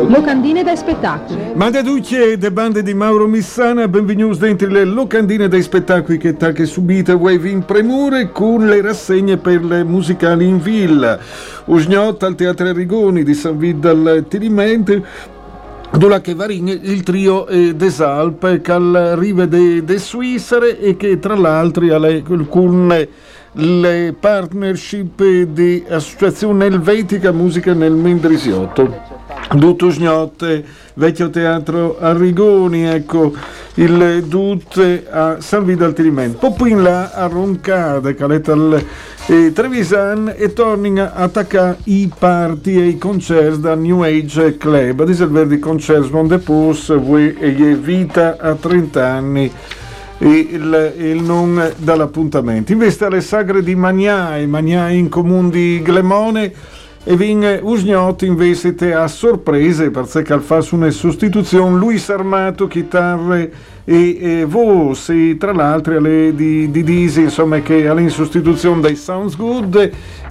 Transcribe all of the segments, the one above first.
Locandine dai spettacoli. Manda duce de bande di Mauro Missana, benvenuti dentro le locandine dai spettacoli che subite wave in premure con le rassegne per le musicali in villa. Usgnot al Teatro Arrigoni di San Vito al Tirimente, dove che varin il trio des Alpes che arriva de Svizzere e che tra l'altro con le partnership di Associazione Elvetica Musica nel Mendrisiotto. Dutto Sgnotte, vecchio teatro Arrigoni, ecco il Dutte a San Vito al Tirimento. Poi in là a Roncada, caletta al Trevisan e torni a attaccare i party e i concerti da New Age Club. Ad esempio il concerto Mon de Pus, e vita a 30 anni. E il non dall'appuntamento. Invece alle sagre di Magnai in comune di Glemone e vin Usgnot invece a sorprese perché al fa su una sostituzione Luis Armato chitarre e voce, tra l'altro di Disi, insomma, che alla in sostituzione dei Sounds Good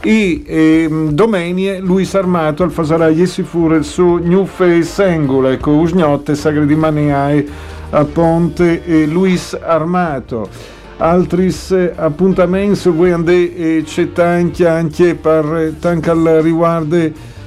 e domenie Luis Armato al fasarà Jessi Fure il suo New Face Angle, ecco Usgnot e sagre di Magnai a Ponte Luis Armato. Altris appuntamenti voi andate c'è tanti anche per tanto al riguardo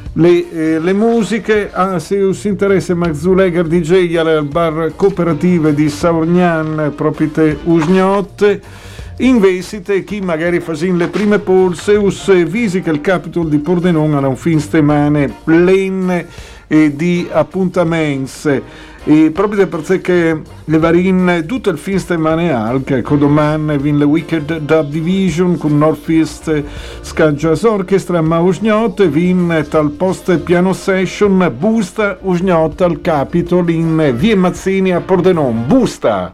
le musiche. Se us interessa Maxuleger DJ al bar cooperative di Saorgnan proprio te Usgnot. Investite chi magari fa le prime polse us visita il Capitol di Pordenone a un fin stemane plen di appuntamenti. E proprio perché le varie tutto il film settimane anche domani vin le Wicked Dub Division con Northeast Ska Jazz Orchestra ma Usgnot vin tal post piano session busta Usgnot al Capitol in Via Mazzini a Pordenone. Busta!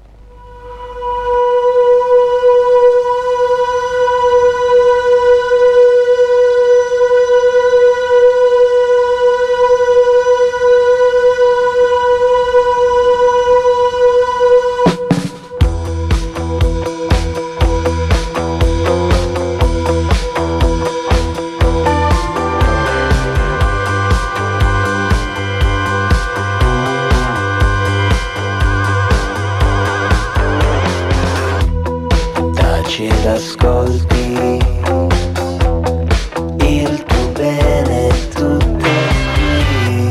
Ascolti il tuo bene tutto qui.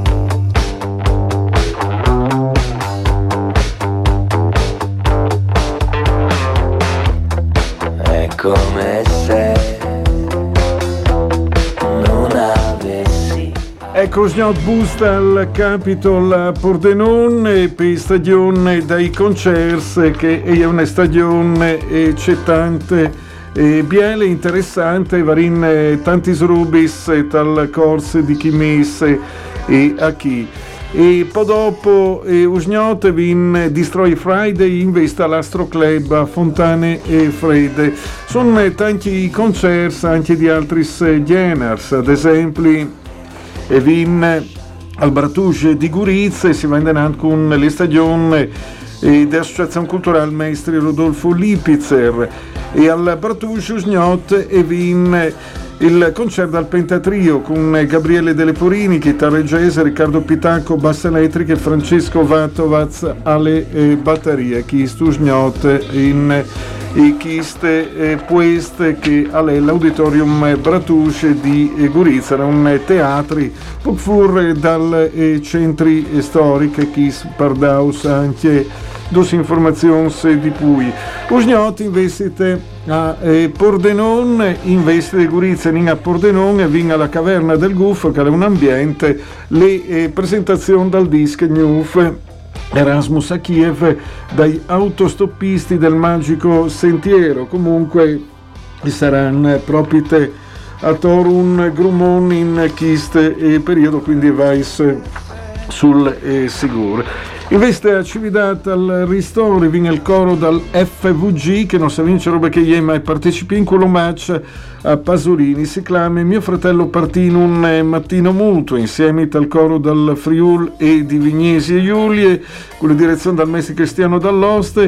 È come se non avessi. Ecco Sgnot busta al Capitol a Pordenone per stagione dai concerti che è una stagione eccitante e biele interessante varin tanti srubis tal corse di chi messe e a chi. E poi dopo Usgnot vin Destroy Friday investa l'Astro Club a Fontane e Fredde. Sono tanti concerti anche di altri generi, ad esempio e vin al Bratouche di Gurizia e si va in con le stagioni dell'Associazione Culturale Maestri Rodolfo Lipitzer e al Bratouche Usgnot e vin il concerto al Pentatrio con Gabriele Delle Porini, chitarra jazz, Riccardo Pitacco, bassa elettrica e Francesco Vatovaz alle batterie. Chi Usgnot in e chiste queste che è l'Auditorium Bratouche di Gurizia, era un teatri pur dal centri storici che pardaus anche dos informazioni di cui Usgnot investite a Pordenone, investite Gurizia in a Pordenone e vinga alla Caverna del Guf che è un ambiente le presentazioni dal disco Newf Erasmus a Kiev dai autostoppisti del Magico Sentiero. Comunque saranno proprio a Torun Grumon in chiste periodo, quindi vai sul sicuro. Invece a Cividata al Ristori viene il coro dal FVG che non sa vince roba che gli mai partecipi in quello match a Pasolini. Si chiama Mio fratello partì in un mattino mutuo insieme al coro dal Friul e di Vignesi e Giulie con la direzione dal Messi Cristiano Dall'Oste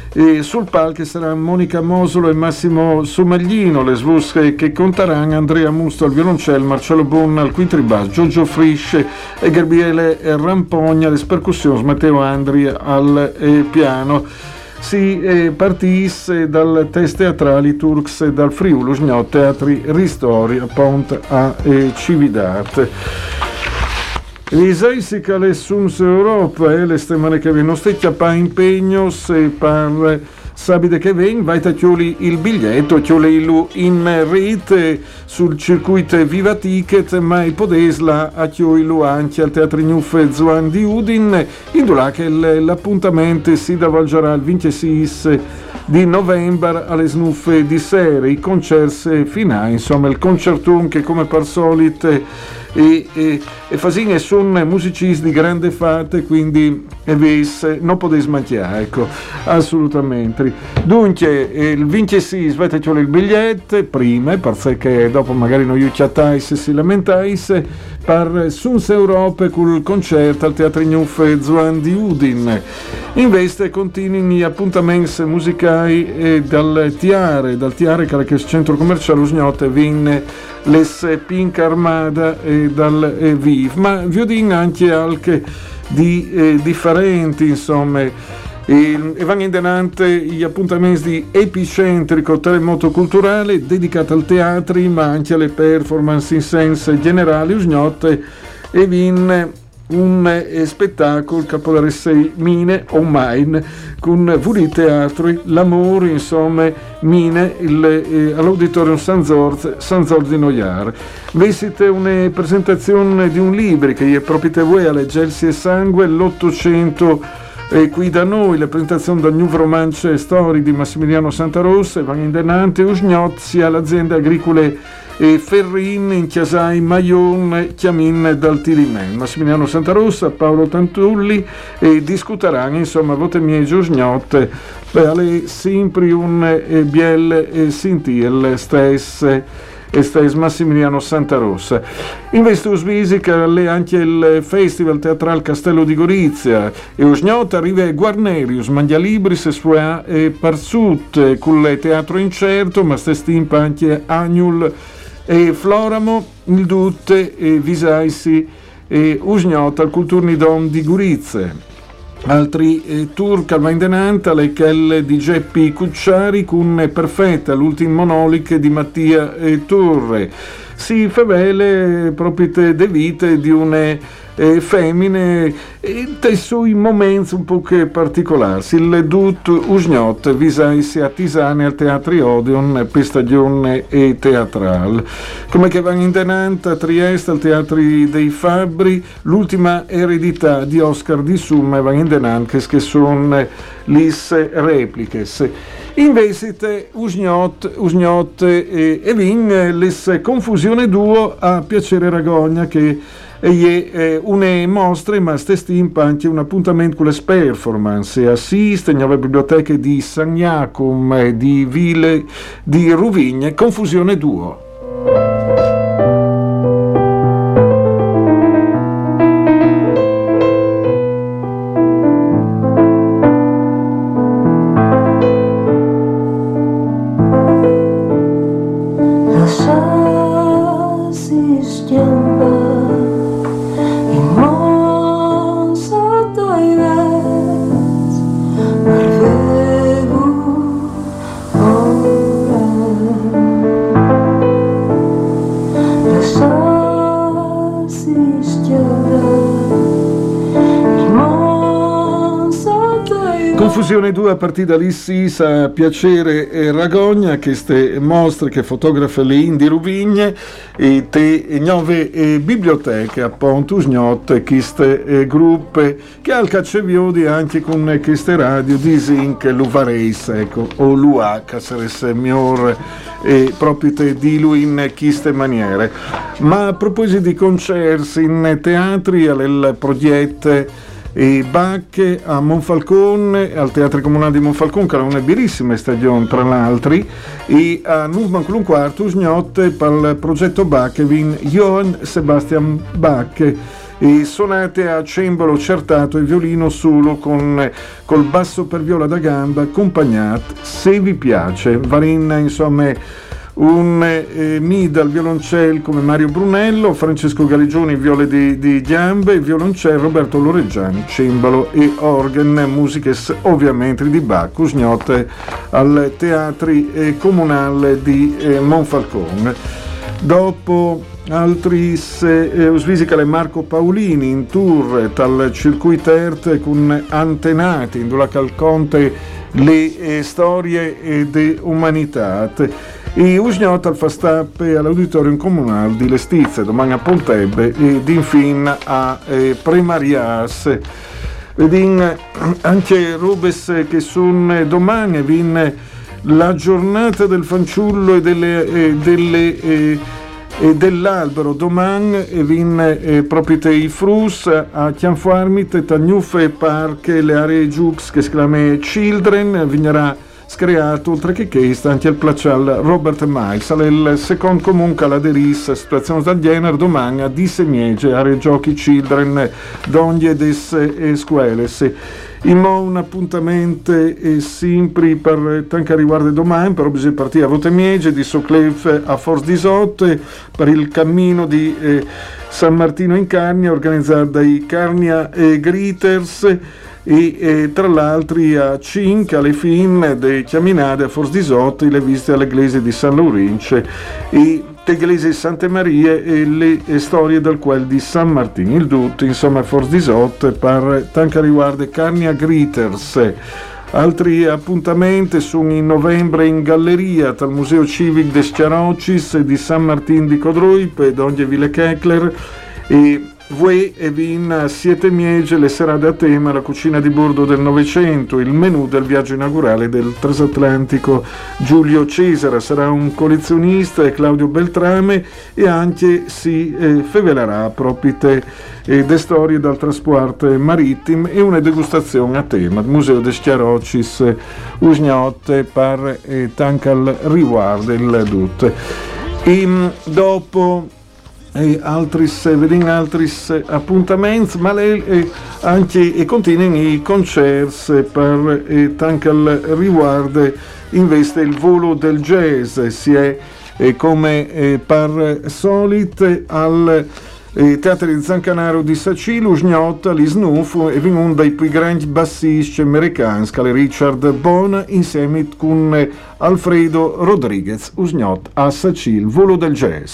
E sul palco sarà Monica Mosolo e Massimo Somaglino, le svusche che conteranno Andrea Musto al violoncello, Marcello Bonna al quintribasso, Giorgio Frisce e Gabriele Rampogna, le percussioni, Matteo Andri al piano. Si partisse dal test teatrali Turks dal Friuli, Usgnò, Teatri Ristori, a Pont a Cividarte. L'Isaisica le Suns Europa e le stemane che vengono stecchia pa impegno se par sabide che ven vai tachioli il biglietto chiolilu in rete sul circuito Viva Ticket ma i podesla a chiolilu anche al Teatro Gnuffe Zuan di Udin indulà che l'appuntamento si davolgerà il 26 di novembre alle snuffe di sera, i concerti finali, insomma il concertum che come per solito e Fasine sono musicisti di grande fate, quindi non potete smanchiare, ecco, assolutamente. Dunque il 26 svete il biglietto prima, perché dopo magari non iucciatais e si lamentais per Suns Europa col concerto al Teatro Gnuffe Zuan di Udin. Invece continuano gli appuntamenti musicali dal Tiare che è il centro commerciale Usgnotte vinne les Pink Armada dal Viv, ma vi dico anche altre di differenti, insomma, e vanno in denante gli appuntamenti di Epicentrico Terremoto Culturale dedicato al teatro ma anche alle performance in senso generale Usgnotte e vinne un spettacolo Capodaressei Mine online con Vuri Teatri, l'amore, insomma, Mine all'Auditorium San Giorgio di Noiar. Vesite una presentazione di un libro che è proprio voi alle Gelsi e Sangue, l'800 qui da noi, la presentazione del New Romance Story di Massimiliano Santarossa, vanno in denante Usgnozzi all'azienda agricole Ferrin in Chiasai Maion Chiamin dal Tirimen. Massimiliano Santarossa, Paolo Tantulli e discuteranno insomma vote mie Usgnotte alle sempre un biel sintiel stesse e stes Massimiliano Santarossa. In Vestus Visica le anche il Festival Teatral Castello di Gorizia e Usgnota arriva Guarnerius, Mangialibris e Parsut con teatro incerto, ma ste stimpa anche Agnul e Floramo, il Dutte e Visaisi e Usgnota al Culturnidom di Gorizia. Altri tour calvaindenanta le chelle di Geppi Cucciari con perfetta l'ultimo monolic di Mattia Torre si favele proprio de vite di une femmine e sui momenti un po' particolari il dut Usgnot visaisi a Tisane al Teatri Odeon per stagione e teatral come che vanno in denanta a Trieste al Teatri dei Fabbri l'ultima eredità di Oscar di Summa vanno in denanta che sono lis repliches invece Usgnot e vin les confusione duo a Piacere Ragogna che è une mostre ma stimpa anche un appuntamento con le performance assiste nelle biblioteche di San Iacom di Ville di Ruvigne Confusione duo. Confusione 2 a partire da lì a Piacere e Ragogna che ste mostre che fotografa le Indi Ruvigne e te nove biblioteche appunto Usgnot queste gruppe che al cacceviodi anche con queste radio di Zinc Luvareis ecco o Luac saresse miglior proprio te di lui in queste maniere ma a proposito di concerti in teatri al progetto e Bacche a Monfalcone al Teatro Comunale di Monfalcone che era una bellissima stagione tra l'altro e a Nussman con un quarto Usgnotte per il progetto Bacche vin Johann Sebastian Bacche e sonate a cembalo certato e violino solo col basso per viola da gamba accompagnato, se vi piace. Varin, insomma, un mid al violoncel come Mario Brunello, Francesco Galleggioni viole di gambe, violoncel Roberto Loreggiani, cembalo e organ, musiche ovviamente di Bacchus, note al Teatri Comunale di Monfalcone. Dopo altri usvisicale Marco Paolini in tour dal circuitert con antenati in della calconte le storie de umanitate e usgnota al fastappe all'auditorium comunale di Lestizia domani a Pontebbe ed infine a Premarias. Vedin anche rubes che sono domani vin la giornata del fanciullo e dell'albero domani e vin proprio i frus a Chianfarmit Tagnuffe Park le aree Giux che si chiama Children vignerà screato oltre che questo anche il placial Robert Miles il secondo comunque all'aderis situazione del genere domani a Dissemiege aree giochi Children d'ogni des scuoles. Un appuntamento sempre per tanto riguarda domani, però bisogna partire a Votemiege di Soclef a Force 18 per il cammino di San Martino in Carnia organizzato dai Carnia Greeters e tra l'altro a 5 alle fine dei camminate a Force 18 le visite all'eglise di San Laurince e l'eglise di Sante Marie e le storie del quel di San Martino il tutto insomma Force 18 per tanto riguarda Carnia Greeters. Altri appuntamenti sono in novembre in galleria dal Museo Civic de Schiarocis di San Martin di Codruip d'Ogni Ville Kechler e voi e vin a Siete Miege le serate a tema la cucina di bordo del Novecento, il menù del viaggio inaugurale del transatlantico Giulio Cesare, sarà un collezionista e Claudio Beltrame e anche si fevelerà proprio de storie dal trasporto marittimo e una degustazione a tema Museo de Schiarocis Usgnotte per tancal riguardo il dut. E dopo altri appuntamenti ma anche e continuano i concerti per tanto riguardo investe il volo del jazz si è come per solito al Teatro di Zancanaro di Sacilo Usgnotta li Snuff e uno dei più grandi bassisti americani Richard Bona insieme con Alfredo Rodriguez Usgnotta a Sacil volo del jazz.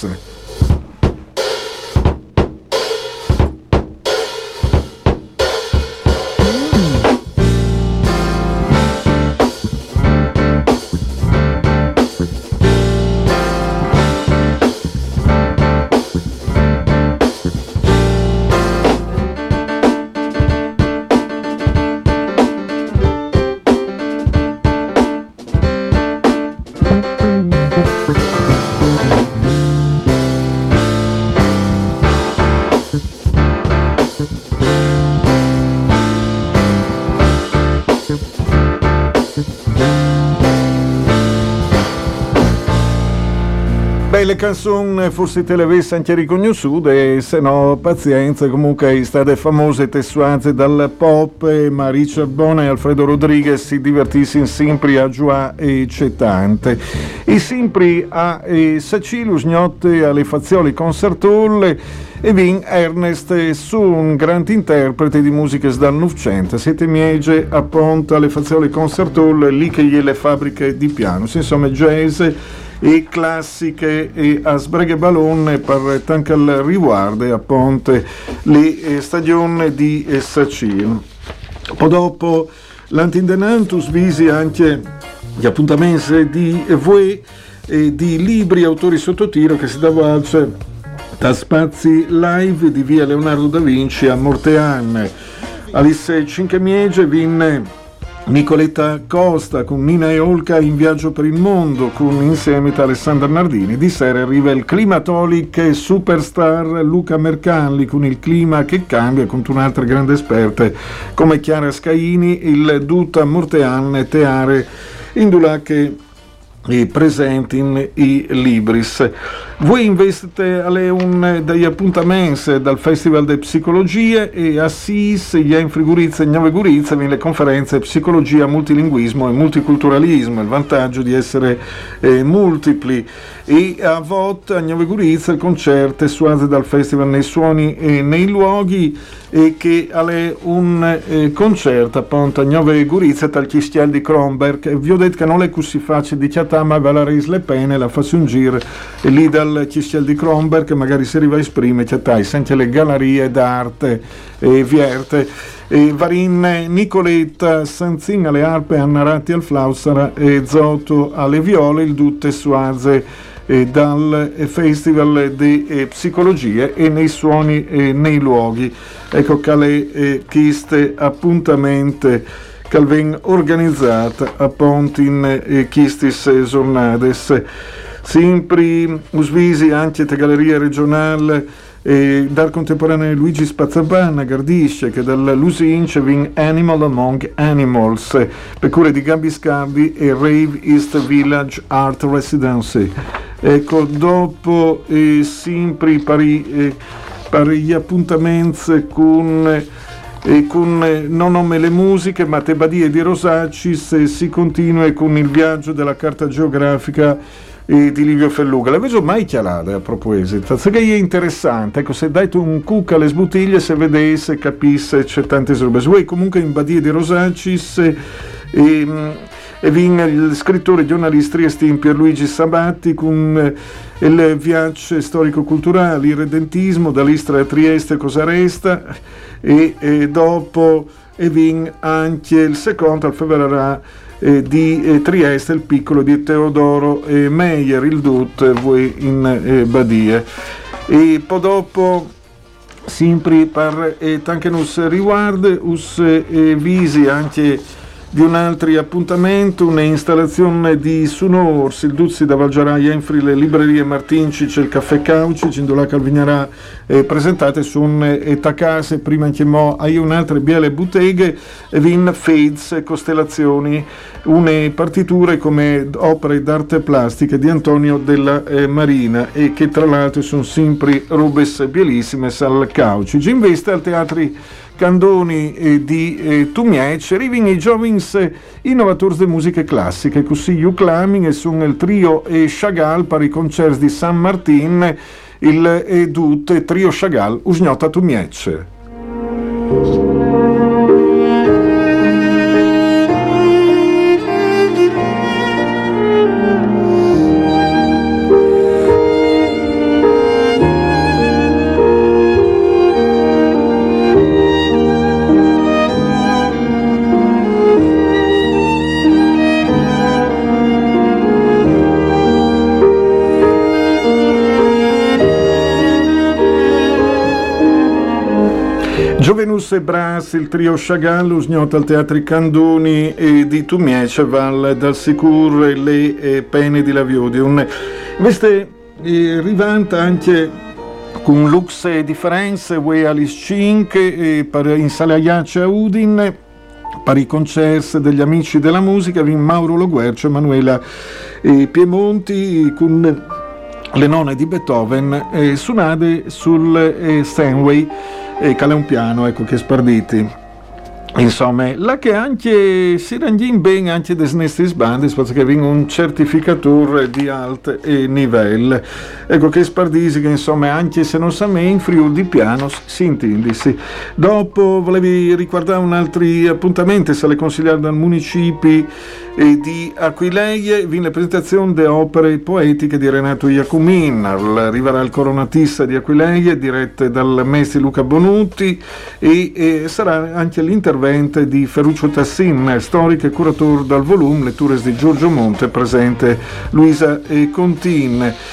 Le canzoni forse te le avessi anche riconosciute e se no pazienza comunque state famose tessuate dal pop ma Richard Bona e Alfredo Rodriguez si divertissero sempre a giocare e c'è tante e sempre a Sacilus Gnotte alle fazioli concertole e vin Ernest su un grande interprete di musiche dal Novecento siete miege appunto alle fazioli concertole lì che le fabbriche di piano insomma jazz e classiche e a sbreghe ballone per tanto al riguardo appunto le stagioni di Sacil. Poi dopo l'antindenantus visi anche gli appuntamenti di voi e di libri autori sotto tiro che si davalce da spazi live di via Leonardo da Vinci a Mortean. Alice Cinquemiege vinne Nicoletta Costa con Nina e Olca in viaggio per il mondo con insieme a Alessandra Nardini. Di sera arriva il climatolic superstar Luca Mercalli con il clima che cambia con un'altra grande esperta come Chiara Scaini il Duta Mortean Teare Indula che presenti in i libris. Voi investite alle un degli appuntamenti dal Festival de Psicologie e a SIS, in Frigurizia e Gnove Gurizia, le conferenze Psicologia, Multilinguismo e Multiculturalismo, il vantaggio di essere multipli. E a VOT a Gnove Gurizia il concerto suase dal Festival nei suoni e nei luoghi, e che è un concerto appunto a Gnove Gurizia tal Chistiel di Kronberg. Vi ho detto che non è così facile di chiatare, ma ve la resa le pene, la faccio un giro e lì dal Chistiel di Kronberg magari si arriva a esprimere, chiatai sente le gallerie d'arte e vierte e Varin Nicoletta Sanzin alle arpe, Anna Ratti al flaussara e Zotto alle viole, il dutte suaze dal Festival di Psicologie e nei suoni e nei luoghi. Ecco che queste appuntamenti che vengono organizzate appunto in quistis giornades. Sempre usvisi anche te galleria regionale dal contemporaneo Luigi Spazzabana Gardisce, che dal Lusince vin Animal Among Animals, per cure di Gabi Scardi e Rave East Village Art Residency. Ecco, dopo sempre per gli appuntamenti con non nome le musiche, ma te badie di Rosacis, si continua con il viaggio della carta geografica di Livio Felluga. L'avevo mai chiarata a proposito, perché è interessante, ecco, se dai tu un cucca alle sbottiglie, se vedesse, capisse, c'è tante robe. Voi comunque in badie di Rosacis e vin il scrittore giornalista triestin Pierluigi Sabatti con il viaggio storico-culturale, il redentismo, dall'Istra a Trieste cosa resta, e dopo vin anche il secondo al febbraio di Trieste, il piccolo di Teodoro Meyer, il Dut, voi in Badie. E poi dopo sempre per anche nos riguarda us visi anche di un altro appuntamento, un'installazione di Sunors, il Duzzi da Valgiaraia, Enfri, le librerie Martinci, c'è il caffè Cauci, Cindola Calvignarà, presentate su un tacase, prima anche mo hai un'altra biele botteghe, vin Fades, Costellazioni, une partiture come opere d'arte plastica di Antonio della Marina, e che tra l'altro sono sempre rubes bielissime al Cauci. Ci investe al teatri Candoni di Tumiec, arrivano i giovani innovatori di musiche classiche, così you clamming e sono il trio Chagall per i concerti di San Martin, il Dut trio Chagall usgnota Tumiec. Giovenus e Brass, il trio Chagall, usgnota al teatri Candoni di Tumiec, val dal sicur le pene di Laviodium. Queste rivanta anche con lux differenze, we Alice 5 in Sale Aiace a Udin, per i concerti degli amici della musica, vin Mauro Loguercio e Manuela Piemonti con le nonne di Beethoven suonate sul Steinway, che è un piano, ecco, che sparditi. Insomma, là che anche si rangin bene anche des nestis bandi, perché viene un certificatore di alto livello. Ecco che spardisi che insomma anche se non sa me in Friuli di piano si intendisi. Dopo volevi ricordare un altro appuntamento, se le consigliare dal municipi di Aquileie, viene la presentazione delle opere poetiche di Renato Iacumin, arriverà il coronatista di Aquileie dirette dal maestro Luca Bonutti, e sarà anche l'intervento di Ferruccio Tassin, storico e curatore dal volume Letture di Giorgio Monte, presente Luisa Contin.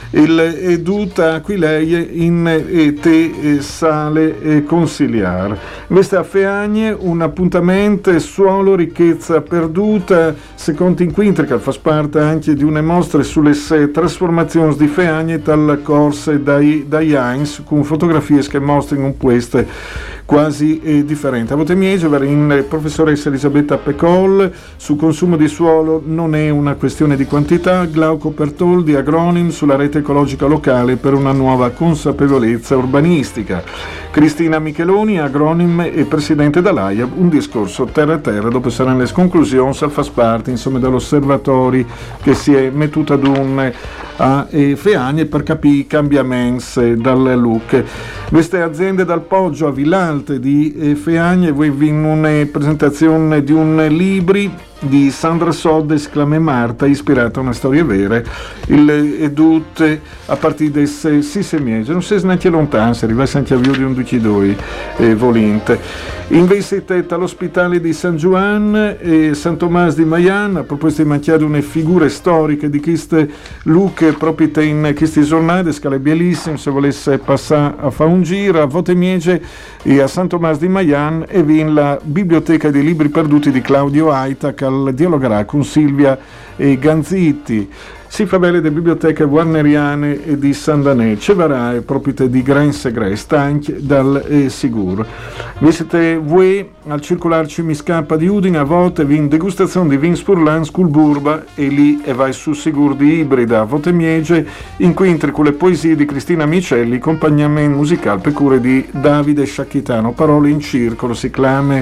il Duta Aquileie in te sale consigliar. Questa Feagne un appuntamento suolo ricchezza perduta, secondo inquintrica fa parte anche di una mostra sulle trasformazioni di Feagne dal corse dai Heinz con fotografie che mostrano un queste quasi differente. A Votemiege in professoressa Elisabetta Pecol su consumo di suolo non è una questione di quantità, Glauco Pertoldi, agronim sulla rete ecologica locale per una nuova consapevolezza urbanistica. Cristina Micheloni, agronim e presidente dell'AIA, un discorso terra a terra, dopo saranno le conclusioni, fa parte insomma dall'osservatori che si è mettuto ad un a Feagne per capire i cambiamenti dal look. Queste aziende dal Poggio a Villalte di Feagne, voi in una presentazione di un libro di Sandra Sod, esclame Marta, ispirata a una storia vera, il edut a partire dai Sissemiege, non si è neanche lontano, si arriva anche a Vio di un Ducidoi volinte. Invece all'ospitale di San Juan e San Tomás di Mayan, a proposito di manchiare una figure storiche di queste Luche proprio in queste giornate, scale bellissime, se volesse passare a fare un giro a Votemiege e a San Tomás di Mayan e vi in la biblioteca dei libri perduti di Claudio Aita che dialogherà con Silvia e Ganzitti. Si fa bene delle biblioteche warneriane e di San Danè, ci varrà proprio di Gran Segrest, anche dal sicuro. Vi siete voi al circolarci mi scappa di Udine, a volte vi in degustazione di vins Purlans col Burba e lì e vai su sicuro di ibrida a Votemiege, incontri con le poesie di Cristina Micelli, accompagnamento musicale per cure di Davide Sciacchitano, parole in circolo, si clame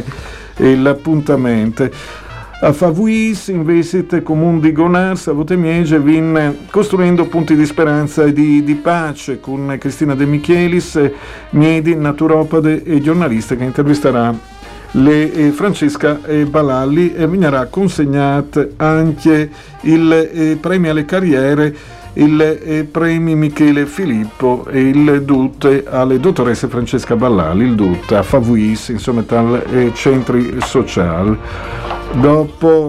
l'appuntamento. A Favuis, invece, comune di Gonars, a Votemiege, vin costruendo punti di speranza e di pace con Cristina De Michelis, Miedi, naturopade e giornalista che intervisterà le Francesca Balalli e venirà consegnato anche il premio alle carriere, il premio Michele Filippo e il DUT alle dottoresse Francesca Ballali, il DUT a Favuis, insomma, dal centri sociali. Dopo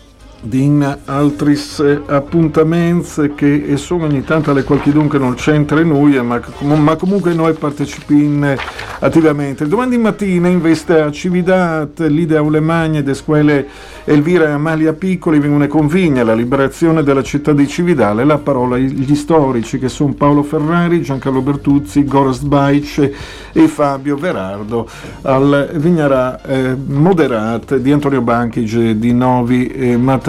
di altri appuntamenti che sono ogni tanto alle qualchidun che non c'entra noi, ma comunque noi partecipiamo attivamente. Domani mattina invece a Cividat, l'idea Aulemagne de scuole Elvira e Amalia Piccoli vengono convigna la liberazione della città di Cividale, la parola gli storici che sono Paolo Ferrari, Giancarlo Bertuzzi, Gorazd Baic e Fabio Verardo al Vignarà moderat di Antonio Banchige di Novi Mataiur.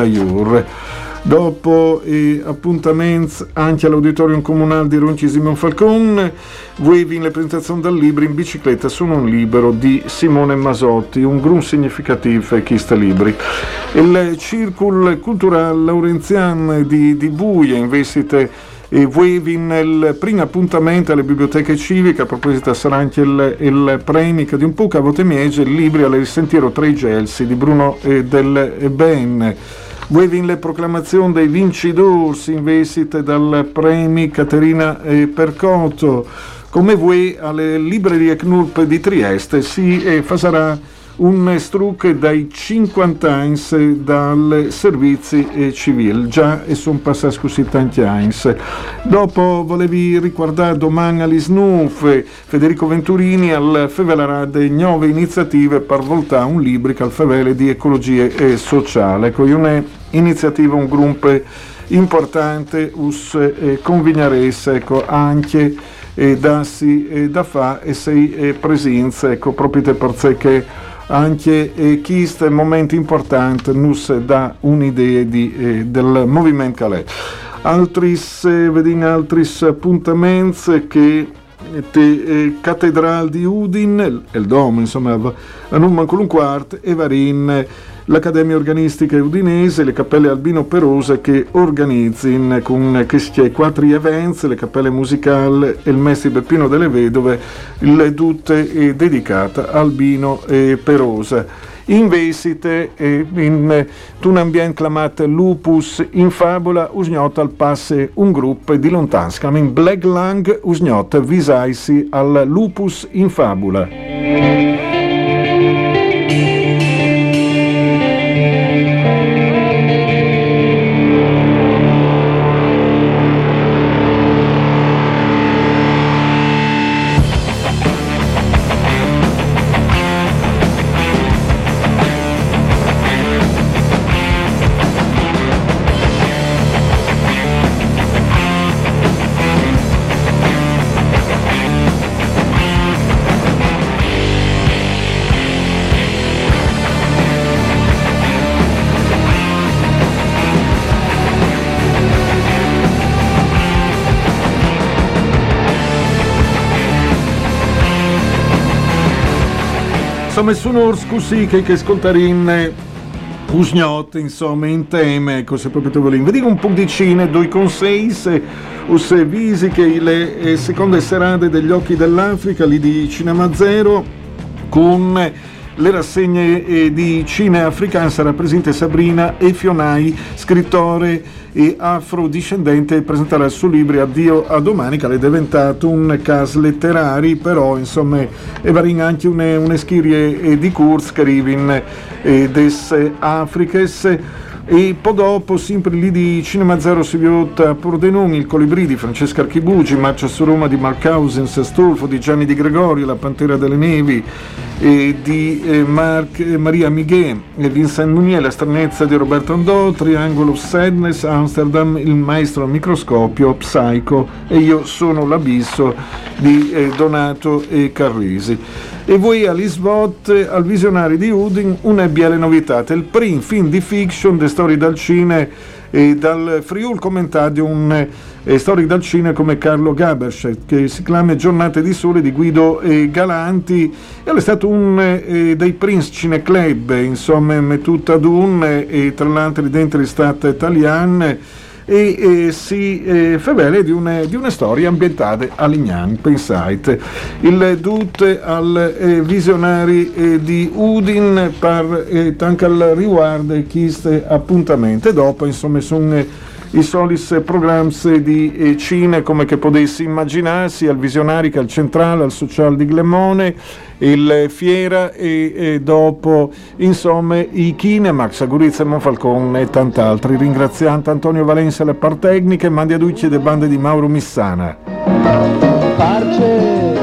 Dopo appuntamenti anche all'Auditorium Comunale di Ronci Simon Falcon, voi vi in la presentazione del libro In bicicletta sono un libero di Simone Masotti, un grum significativo che sta libri. Il Circolo Culturale Laurenzian di Buia investite e voi nel primo appuntamento alle biblioteche civiche, a proposito sarà anche il premio di un po' a Votemiege, il libro alle Sentiero tra i Gelsi di Bruno del Ben. Voi in le proclamazioni dei vincitori investite dal premio Caterina Percotto, come voi alle librerie Knurp di Trieste si farà un struc dai 50 anni dal servizi civili, già e sono passati così tanti anni. Dopo volevi ricordare domani all'ISNUF Federico Venturini al fevelerà de nuove iniziative per voltare un libro al fevele di ecologia e sociale. Ecco, un'iniziativa, un gruppo importante us convignaresse, ecco, anche dassi da fa e sei presenze, ecco, proprio perché anche chi sta in momento importante nus dà un'idea del movimento che è. Altri appuntamenti che Cattedrale di Udine, il Domo, insomma, a non manco un quarto, e varin l'Accademia Organistica Udinese, le Cappelle Albino Perosa che organizzano con questi 4 eventi, le Cappelle Musicali e il Mestre Beppino delle Vedove, le tutte dedicate a Albino Perosa. Investite in un ambiente chiamato Lupus in Fabula, usgnota al passe un gruppo di lontanska, in Black Lang usgnota visaisi al Lupus in Fabula. Insomma, sono così che ascoltare in usgnot, insomma, in teme, ecco, se proprio te volevi. Vediamo un po' di cine, 2,6, us visi che le seconde serate degli Occhi dell'Africa, lì di Cinema Zero, con le rassegne di cine africano. Sarà presente Sabrina Efionai, scrittore e afrodiscendente, e presenterà il suo libro Addio a domani, che è diventato un caso letterario, però insomma è anche una schirie di Kurz che arrivano des Afriches. E poi dopo, sempre lì di Cinema Zero, si vota Pordenone, Il Colibrì di Francesca Archibugi, Marcia su Roma di Mark Cousins, Stolfo di Gianni Di Gregorio, La Pantera delle Nevi di Maria Miguet, e Vincent Munier, La stranezza di Roberto Andò, Triangolo of Sadness, Amsterdam, Il maestro al microscopio, Psycho e Io sono l'abisso di Donato e Carrisi. E voi all'Isvot, al visionario di Udin, una biele novità, il primo film di fiction de storie dal cine e dal Friul, commentato un storico dal cine come Carlo Gaberschet, che si chiama Giornate di Sole di Guido Galanti, e è stato un dei Prince Cineclub, insomma, mettuto ad un, e tra l'altro dentro è stata italiana, e si fevele di una storia ambientata a Lignan, pensate. Il dut al visionari di Udin per anche al riguardo questo appuntamento. E dopo, insomma, sono i solis programmi di cine come che potessi immaginarsi, al visionari che al centrale, al social di Glemone, il Fiera e dopo, insomma, i Kinemax a Gurizia, Monfalcone e tant'altri. Ringraziando Antonio Valenza le par tecniche, mandi a Ducci e bande di Mauro Missana. Parce,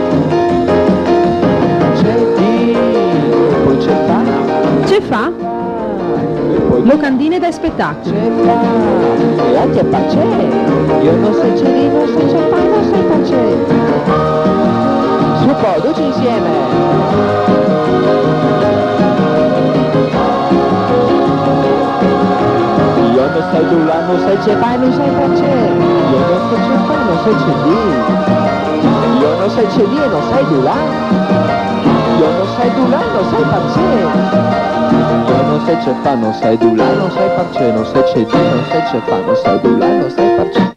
c'è Dio, poi c'è fa. C'è fa? Locandine da spettacolo. C'è fa, e anche parce. Io non so c'è lì, non so c'è fa, non so parce. Su poduci insieme. Io non sai tu là, non sai c'è fa, non sai parce. Io non so c'è fa, non sai c'è lì. Io non sai c'è lì e non sai tu là. Io non sai tu là, non sai parce. Io non sai c'è fa, non sai tu là, non sai parce, non sai c'è lì, non sai c'è fa, non sai tu là, non sai parce.